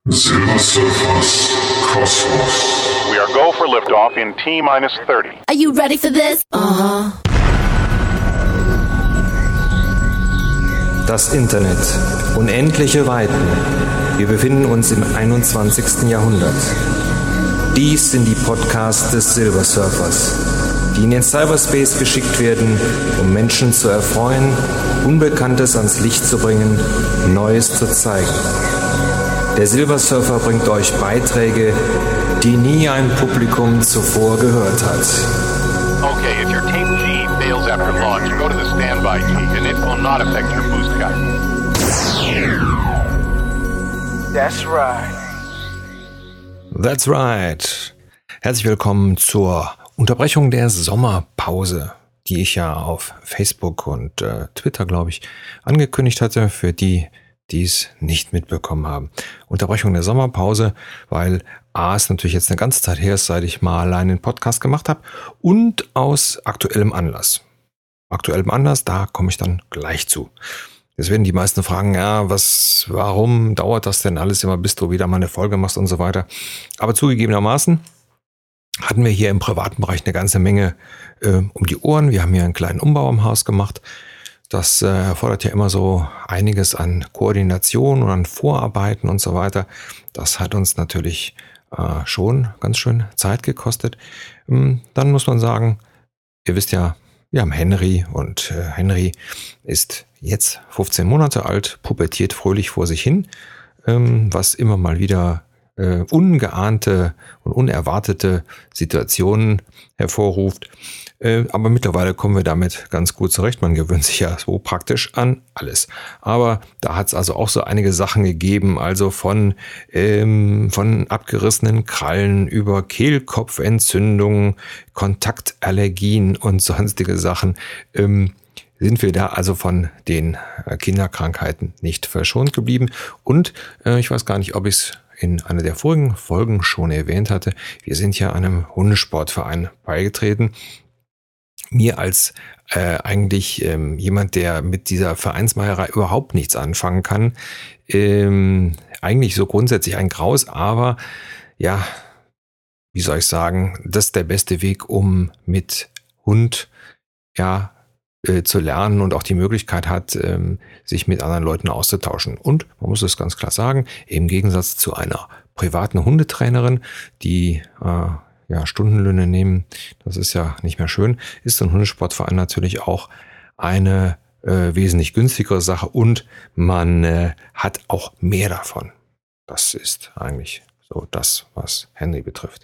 Silver Surfers Cosmos. We are go for liftoff in T-minus 30. Are you ready for this? Das Internet. Unendliche Weiten. Wir befinden uns im 21. Jahrhundert. Dies sind die Podcasts des Silver Surfers, die in den Cyberspace geschickt werden, um Menschen zu erfreuen, Unbekanntes ans Licht zu bringen, Neues zu zeigen. Der Silver Surfer bringt euch Beiträge, die nie ein Publikum zuvor gehört hat. Okay, if your tape G fails after launch, go to the standby G and it will not affect your boost guide. That's right. That's right. Herzlich willkommen zur Unterbrechung der Sommerpause, die ich ja auf Facebook und Twitter, glaube ich, angekündigt hatte, für die es nicht mitbekommen haben. Unterbrechung der Sommerpause, weil es natürlich jetzt eine ganze Zeit her ist, seit ich mal allein einen Podcast gemacht habe und aus aktuellem Anlass. Aktuellem Anlass, da komme ich dann gleich zu. Jetzt werden die meisten fragen, warum dauert das denn alles immer, bis du wieder mal eine Folge machst und so weiter. Aber zugegebenermaßen hatten wir hier im privaten Bereich eine ganze Menge um die Ohren. Wir haben hier einen kleinen Umbau im Haus gemacht. Das erfordert ja immer so einiges an Koordination und an Vorarbeiten und so weiter. Das hat uns natürlich schon ganz schön Zeit gekostet. Dann muss man sagen, ihr wisst ja, wir haben Henry und Henry ist jetzt 15 Monate alt, pubertiert fröhlich vor sich hin, was immer mal wieder ungeahnte und unerwartete Situationen hervorruft. Aber mittlerweile kommen wir damit ganz gut zurecht. Man gewöhnt sich ja so praktisch an alles. Aber da hat es also auch so einige Sachen gegeben, also von abgerissenen Krallen über Kehlkopfentzündungen, Kontaktallergien und sonstige Sachen. Sind wir da also von den Kinderkrankheiten nicht verschont geblieben. Und ich weiß gar nicht, ob ich es in einer der vorigen Folgen schon erwähnt hatte. Wir sind ja einem Hundesportverein beigetreten. Mir als eigentlich jemand, der mit dieser Vereinsmeierei überhaupt nichts anfangen kann, eigentlich so grundsätzlich ein Graus, aber ja, wie soll ich sagen, das ist der beste Weg, um mit Hund zu lernen und auch die Möglichkeit hat, sich mit anderen Leuten auszutauschen. Und man muss es ganz klar sagen, im Gegensatz zu einer privaten Hundetrainerin, die Stundenlöhne nehmen, das ist ja nicht mehr schön, ist so ein Hundesportverein natürlich auch eine wesentlich günstigere Sache und man hat auch mehr davon. Das ist eigentlich so das, was Henry betrifft.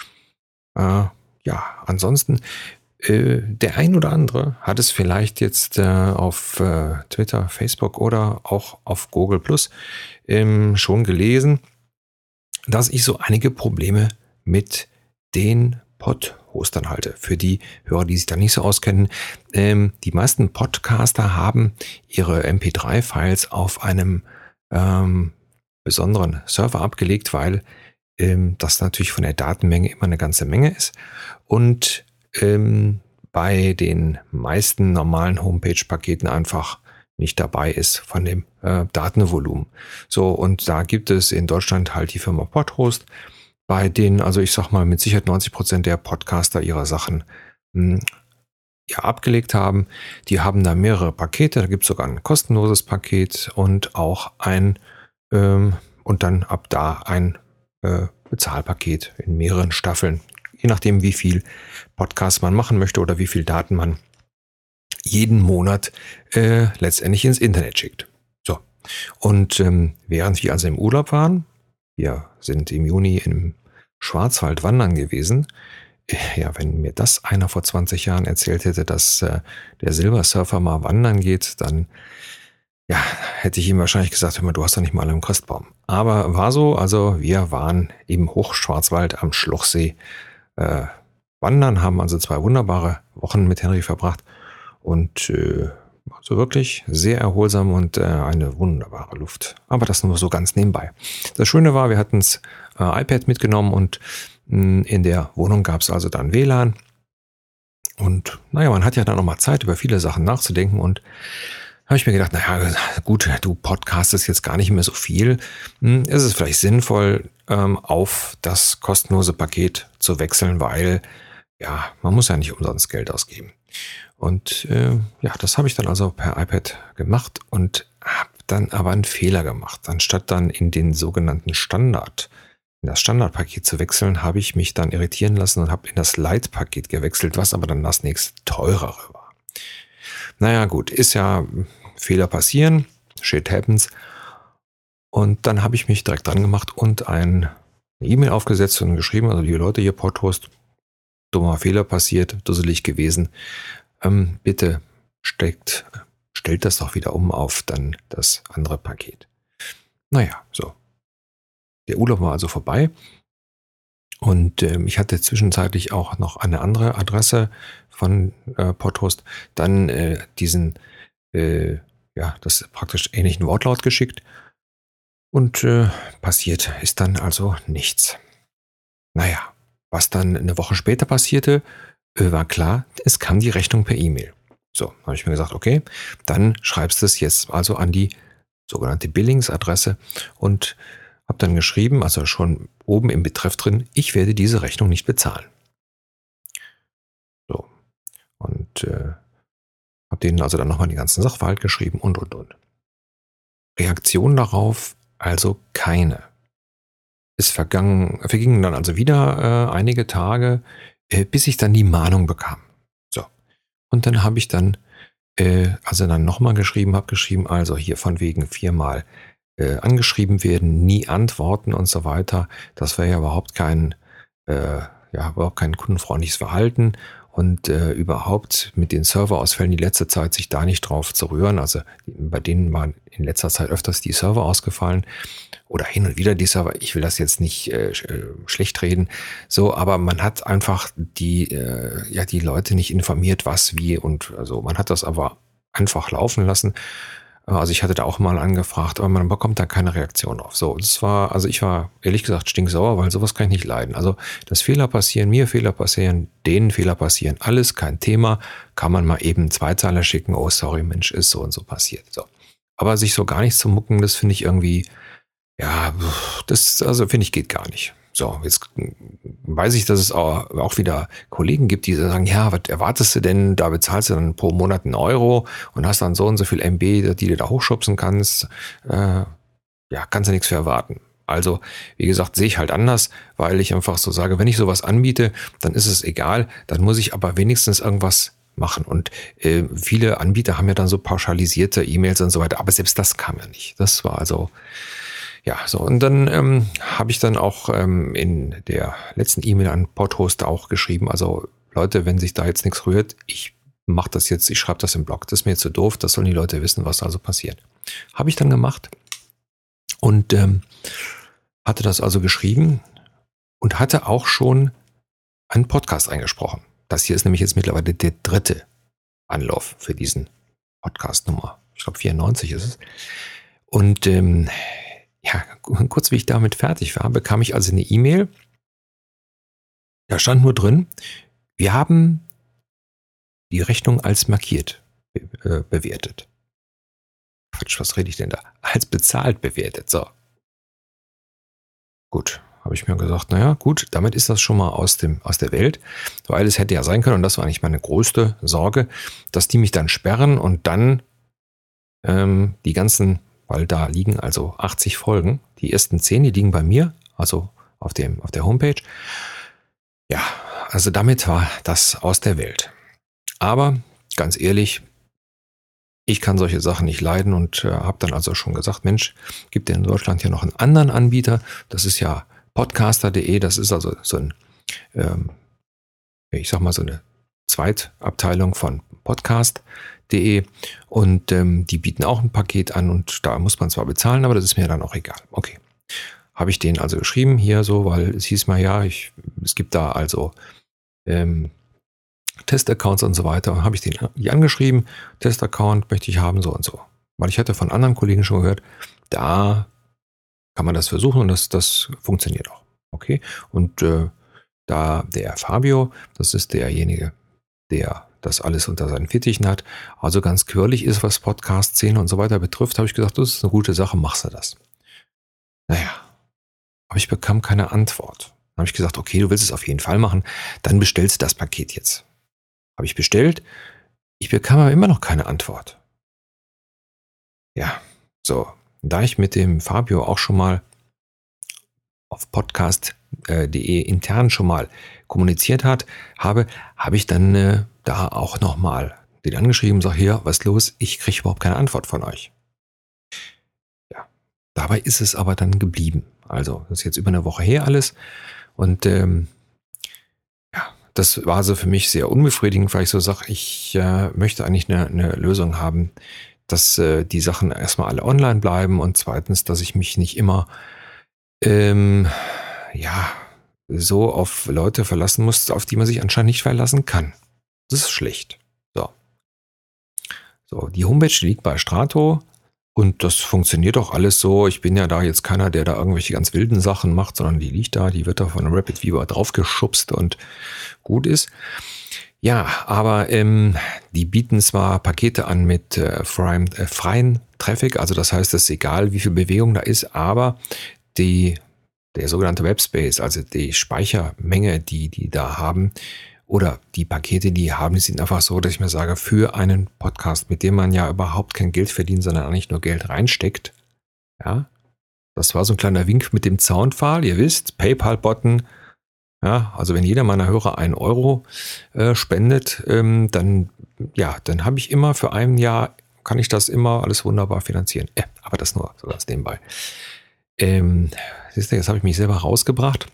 Ansonsten der ein oder andere hat es vielleicht jetzt auf Twitter, Facebook oder auch auf Google Plus schon gelesen, dass ich so einige Probleme mit den Pod-Hostern halte. Für die Hörer, die sich da nicht so auskennen, die meisten Podcaster haben ihre MP3-Files auf einem besonderen Server abgelegt, weil das natürlich von der Datenmenge immer eine ganze Menge ist und bei den meisten normalen Homepage-Paketen einfach nicht dabei ist von dem Datenvolumen. So, und da gibt es in Deutschland halt die Firma Podhost, bei denen, also ich sag mal, mit Sicherheit 90% der Podcaster ihre Sachen abgelegt haben. Die haben da mehrere Pakete, da gibt es sogar ein kostenloses Paket und auch und dann ab da ein Bezahlpaket in mehreren Staffeln. Je nachdem, wie viel Podcasts man machen möchte oder wie viel Daten man jeden Monat letztendlich ins Internet schickt. So. Und während wir also im Urlaub waren, wir sind im Juni im Schwarzwald wandern gewesen. Wenn mir das einer vor 20 Jahren erzählt hätte, dass der Silver Surfer mal wandern geht, dann hätte ich ihm wahrscheinlich gesagt, hör mal, du hast doch nicht mal einen Christbaum. Aber war so, also wir waren im Hochschwarzwald am Schlochsee wandern, haben also 2 wunderbare Wochen mit Henry verbracht und also wirklich sehr erholsam und eine wunderbare Luft. Aber das nur so ganz nebenbei. Das Schöne war, wir hatten das iPad mitgenommen und in der Wohnung gab es also dann WLAN. Und man hat ja dann nochmal Zeit, über viele Sachen nachzudenken und habe ich mir gedacht, naja, gut, du podcastest jetzt gar nicht mehr so viel. Ist es vielleicht sinnvoll, auf das kostenlose Paket zu wechseln, weil ja, man muss ja nicht umsonst Geld ausgeben. Und ja, das habe ich dann also per iPad gemacht und habe dann aber einen Fehler gemacht. Anstatt dann in den sogenannten in das Standardpaket zu wechseln, habe ich mich dann irritieren lassen und habe in das Lite-Paket gewechselt, was aber dann das nächste teurere war. Naja, gut, ist ja Fehler passieren, shit happens. Und dann habe ich mich direkt dran gemacht und eine E-Mail aufgesetzt und geschrieben, also liebe Leute, hier Podhost, dummer Fehler passiert, dusselig gewesen. Bitte stellt das doch wieder um auf dann das andere Paket. Naja, so. Der Urlaub war also vorbei und ich hatte zwischenzeitlich auch noch eine andere Adresse von Podhost, dann das praktisch ähnlichen Wortlaut geschickt und passiert ist dann also nichts. Naja, was dann eine Woche später passierte, war klar, es kam die Rechnung per E-Mail. So, habe ich mir gesagt, okay, dann schreibst du es jetzt also an die sogenannte Billingsadresse und habe dann geschrieben, also schon oben im Betreff drin, ich werde diese Rechnung nicht bezahlen. So, und habe denen also dann nochmal die ganzen Sachverhalt geschrieben und. Reaktion darauf also keine. Es vergingen dann also wieder einige Tage, bis ich dann die Mahnung bekam. So, und dann habe ich dann nochmal geschrieben, also hier von wegen 4-mal angeschrieben werden, nie antworten und so weiter. Das wäre ja überhaupt kein kundenfreundliches Verhalten und überhaupt mit den Serverausfällen die letzte Zeit sich da nicht drauf zu rühren. Also bei denen waren in letzter Zeit öfters die Server ausgefallen oder hin und wieder die Server. Ich will das jetzt nicht schlecht reden, so, aber man hat einfach die Leute nicht informiert, was, wie und so. Man hat das aber einfach laufen lassen. Also ich hatte da auch mal angefragt, aber man bekommt da keine Reaktion drauf. So, ich war ehrlich gesagt stinksauer, weil sowas kann ich nicht leiden. Also, dass Fehler passieren, mir Fehler passieren, denen Fehler passieren, alles kein Thema, kann man mal eben 2 Zeiler schicken, oh sorry, Mensch, ist so und so passiert. So. Aber sich so gar nicht zu mucken, das finde ich irgendwie, ja, finde ich geht gar nicht. So, jetzt weiß ich, dass es auch wieder Kollegen gibt, die sagen, ja, was erwartest du denn? Da bezahlst du dann pro Monat einen Euro und hast dann so und so viel MB, die du da hochschubsen kannst. Kannst du nichts für erwarten. Also, wie gesagt, sehe ich halt anders, weil ich einfach so sage, wenn ich sowas anbiete, dann ist es egal, dann muss ich aber wenigstens irgendwas machen. Und viele Anbieter haben ja dann so pauschalisierte E-Mails und so weiter, aber selbst das kam ja nicht. Das war also... Ja, so, und dann habe ich dann auch in der letzten E-Mail an Podhost auch geschrieben, also Leute, wenn sich da jetzt nichts rührt, ich mache das jetzt, ich schreibe das im Blog, das ist mir zu doof, das sollen die Leute wissen, was also passiert. Habe ich dann gemacht und hatte das also geschrieben und hatte auch schon einen Podcast eingesprochen. Das hier ist nämlich jetzt mittlerweile der 3. Anlauf für diesen Podcast Nummer, ich glaube 94 ist es. Und kurz wie ich damit fertig war, bekam ich also eine E-Mail. Da stand nur drin, wir haben die Rechnung als markiert bewertet. Quatsch, was rede ich denn da? Als bezahlt bewertet, so. Gut, habe ich mir gesagt, naja, gut, damit ist das schon mal aus der Welt, weil es hätte ja sein können, und das war eigentlich meine größte Sorge, dass die mich dann sperren und dann die ganzen, weil da liegen also 80 Folgen. Die ersten 10, die liegen bei mir, also auf der Homepage. Ja, also damit war das aus der Welt. Aber ganz ehrlich, ich kann solche Sachen nicht leiden und habe dann also schon gesagt, Mensch, gibt es in Deutschland ja noch einen anderen Anbieter. Das ist ja podcaster.de, das ist also so ein, so eine Zweitabteilung von podcast.de und die bieten auch ein Paket an und da muss man zwar bezahlen, aber das ist mir dann auch egal. Okay, habe ich denen also geschrieben hier so, weil es hieß mal, ja, es gibt da also Testaccounts und so weiter und habe ich die angeschrieben, Testaccount möchte ich haben, so und so. Weil ich hatte von anderen Kollegen schon gehört, da kann man das versuchen und das funktioniert auch. Okay, und da der Fabio, das ist derjenige, der das alles unter seinen Fittichen hat, also ganz quirlig ist, was Podcast-Szene und so weiter betrifft, habe ich gesagt, das ist eine gute Sache, machst du das. Naja, aber ich bekam keine Antwort. Dann habe ich gesagt, okay, du willst es auf jeden Fall machen, dann bestellst du das Paket jetzt. Habe ich bestellt, ich bekam aber immer noch keine Antwort. Ja, so, da ich mit dem Fabio auch schon mal auf podcast.de intern schon mal kommuniziert habe ich dann da auch nochmal den angeschrieben, sag hier, was ist los? Ich kriege überhaupt keine Antwort von euch. Ja, dabei ist es aber dann geblieben. Also, das ist jetzt über eine Woche her alles und das war so für mich sehr unbefriedigend, weil ich so sage, ich möchte eigentlich eine Lösung haben, dass die Sachen erstmal alle online bleiben und zweitens, dass ich mich nicht immer so auf Leute verlassen muss, auf die man sich anscheinend nicht verlassen kann. Das ist schlecht. So, die Homepage liegt bei Strato und das funktioniert auch alles so. Ich bin ja da jetzt keiner, der da irgendwelche ganz wilden Sachen macht, sondern die liegt da, die wird da von Rapid Fever draufgeschubst und gut ist. Ja, aber die bieten zwar Pakete an mit freien Traffic, also das heißt, es ist egal, wie viel Bewegung da ist, aber der sogenannte Webspace, also die Speichermenge, die da haben, oder die Pakete, die haben, die sind einfach so, dass ich mir sage, für einen Podcast, mit dem man ja überhaupt kein Geld verdient, sondern eigentlich nur Geld reinsteckt. Ja, das war so ein kleiner Wink mit dem Zaunpfahl. Ihr wisst, PayPal-Button. Ja, also wenn jeder meiner Hörer 1 Euro spendet, dann habe ich immer für ein Jahr, kann ich das immer alles wunderbar finanzieren. Aber das nur so ganz nebenbei. Siehst du, jetzt habe ich mich selber rausgebracht.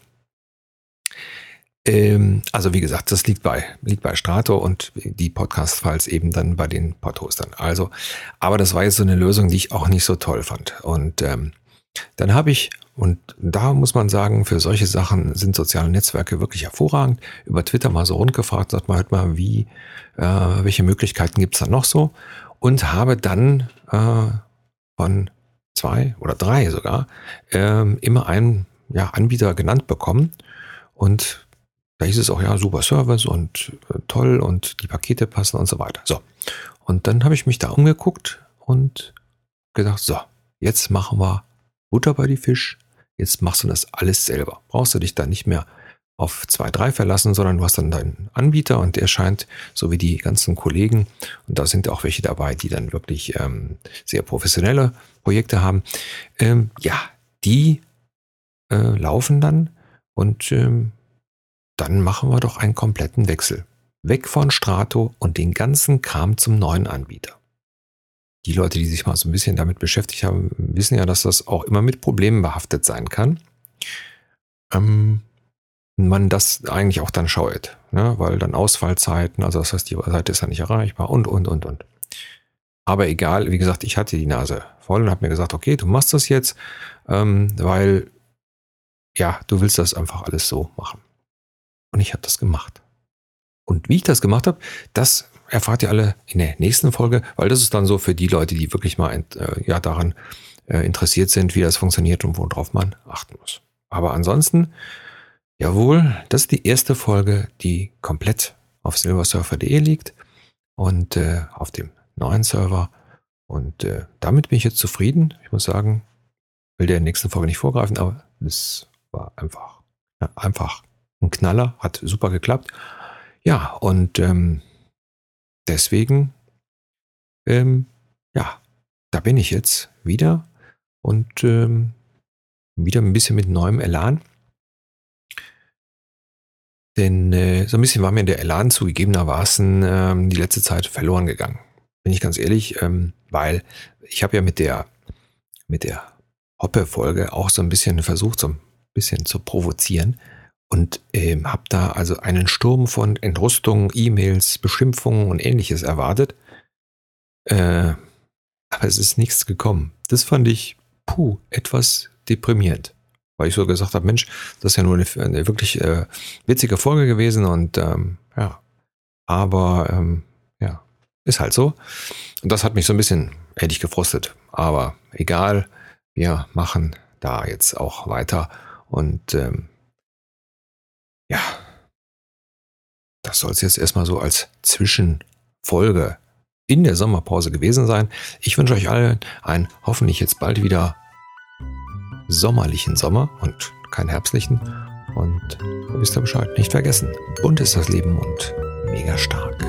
Also wie gesagt, das liegt bei Strato und die Podcast-Files eben dann bei den Podhostern. Also, aber das war jetzt so eine Lösung, die ich auch nicht so toll fand. Und dann habe ich, und da muss man sagen, für solche Sachen sind soziale Netzwerke wirklich hervorragend, über Twitter mal so rundgefragt, sagt mal, hört mal, welche Möglichkeiten gibt es da noch so? Und habe dann von 2 oder 3 sogar immer einen Anbieter genannt bekommen. Und da hieß es auch, ja, super Service und toll und die Pakete passen und so weiter. So, und dann habe ich mich da umgeguckt und gedacht, so, jetzt machen wir Butter bei die Fisch, jetzt machst du das alles selber. Brauchst du dich da nicht mehr auf 2, 3 verlassen, sondern du hast dann deinen Anbieter und der scheint, so wie die ganzen Kollegen, und da sind auch welche dabei, die dann wirklich sehr professionelle Projekte haben, die laufen dann und dann machen wir doch einen kompletten Wechsel. Weg von Strato und den ganzen Kram zum neuen Anbieter. Die Leute, die sich mal so ein bisschen damit beschäftigt haben, wissen ja, dass das auch immer mit Problemen behaftet sein kann. Man das eigentlich auch dann scheut, ne? Weil dann Ausfallzeiten, also das heißt, die Seite ist ja nicht erreichbar und. Aber egal, wie gesagt, ich hatte die Nase voll und habe mir gesagt, okay, du machst das jetzt, weil du willst das einfach alles so machen. Und ich habe das gemacht. Und wie ich das gemacht habe, das erfahrt ihr alle in der nächsten Folge, weil das ist dann so für die Leute, die wirklich mal daran interessiert sind, wie das funktioniert und worauf man achten muss. Aber ansonsten, jawohl, das ist die erste Folge, die komplett auf silversurfer.de liegt und auf dem neuen Server. Und damit bin ich jetzt zufrieden. Ich muss sagen, will der nächsten Folge nicht vorgreifen, aber das war einfach ein Knaller, hat super geklappt. Ja, und deswegen, da bin ich jetzt wieder und wieder ein bisschen mit neuem Elan. Denn so ein bisschen war mir der Elan zugegebenermaßen die letzte Zeit verloren gegangen. Bin ich ganz ehrlich, weil ich habe ja mit der Hoppe-Folge auch so ein bisschen versucht, so ein bisschen zu provozieren. Und habe da also einen Sturm von Entrüstungen, E-Mails, Beschimpfungen und Ähnliches erwartet. Aber es ist nichts gekommen. Das fand ich etwas deprimierend. Weil ich so gesagt habe, Mensch, das ist ja nur eine wirklich witzige Folge gewesen. Und ist halt so. Und das hat mich so ein bisschen ehrlich gefrustet. Aber egal, wir machen da jetzt auch weiter. Und das soll es jetzt erstmal so als Zwischenfolge in der Sommerpause gewesen sein. Ich wünsche euch allen einen hoffentlich jetzt bald wieder sommerlichen Sommer und keinen herbstlichen. Und wisst ihr Bescheid, nicht vergessen, bunt ist das Leben und mega stark.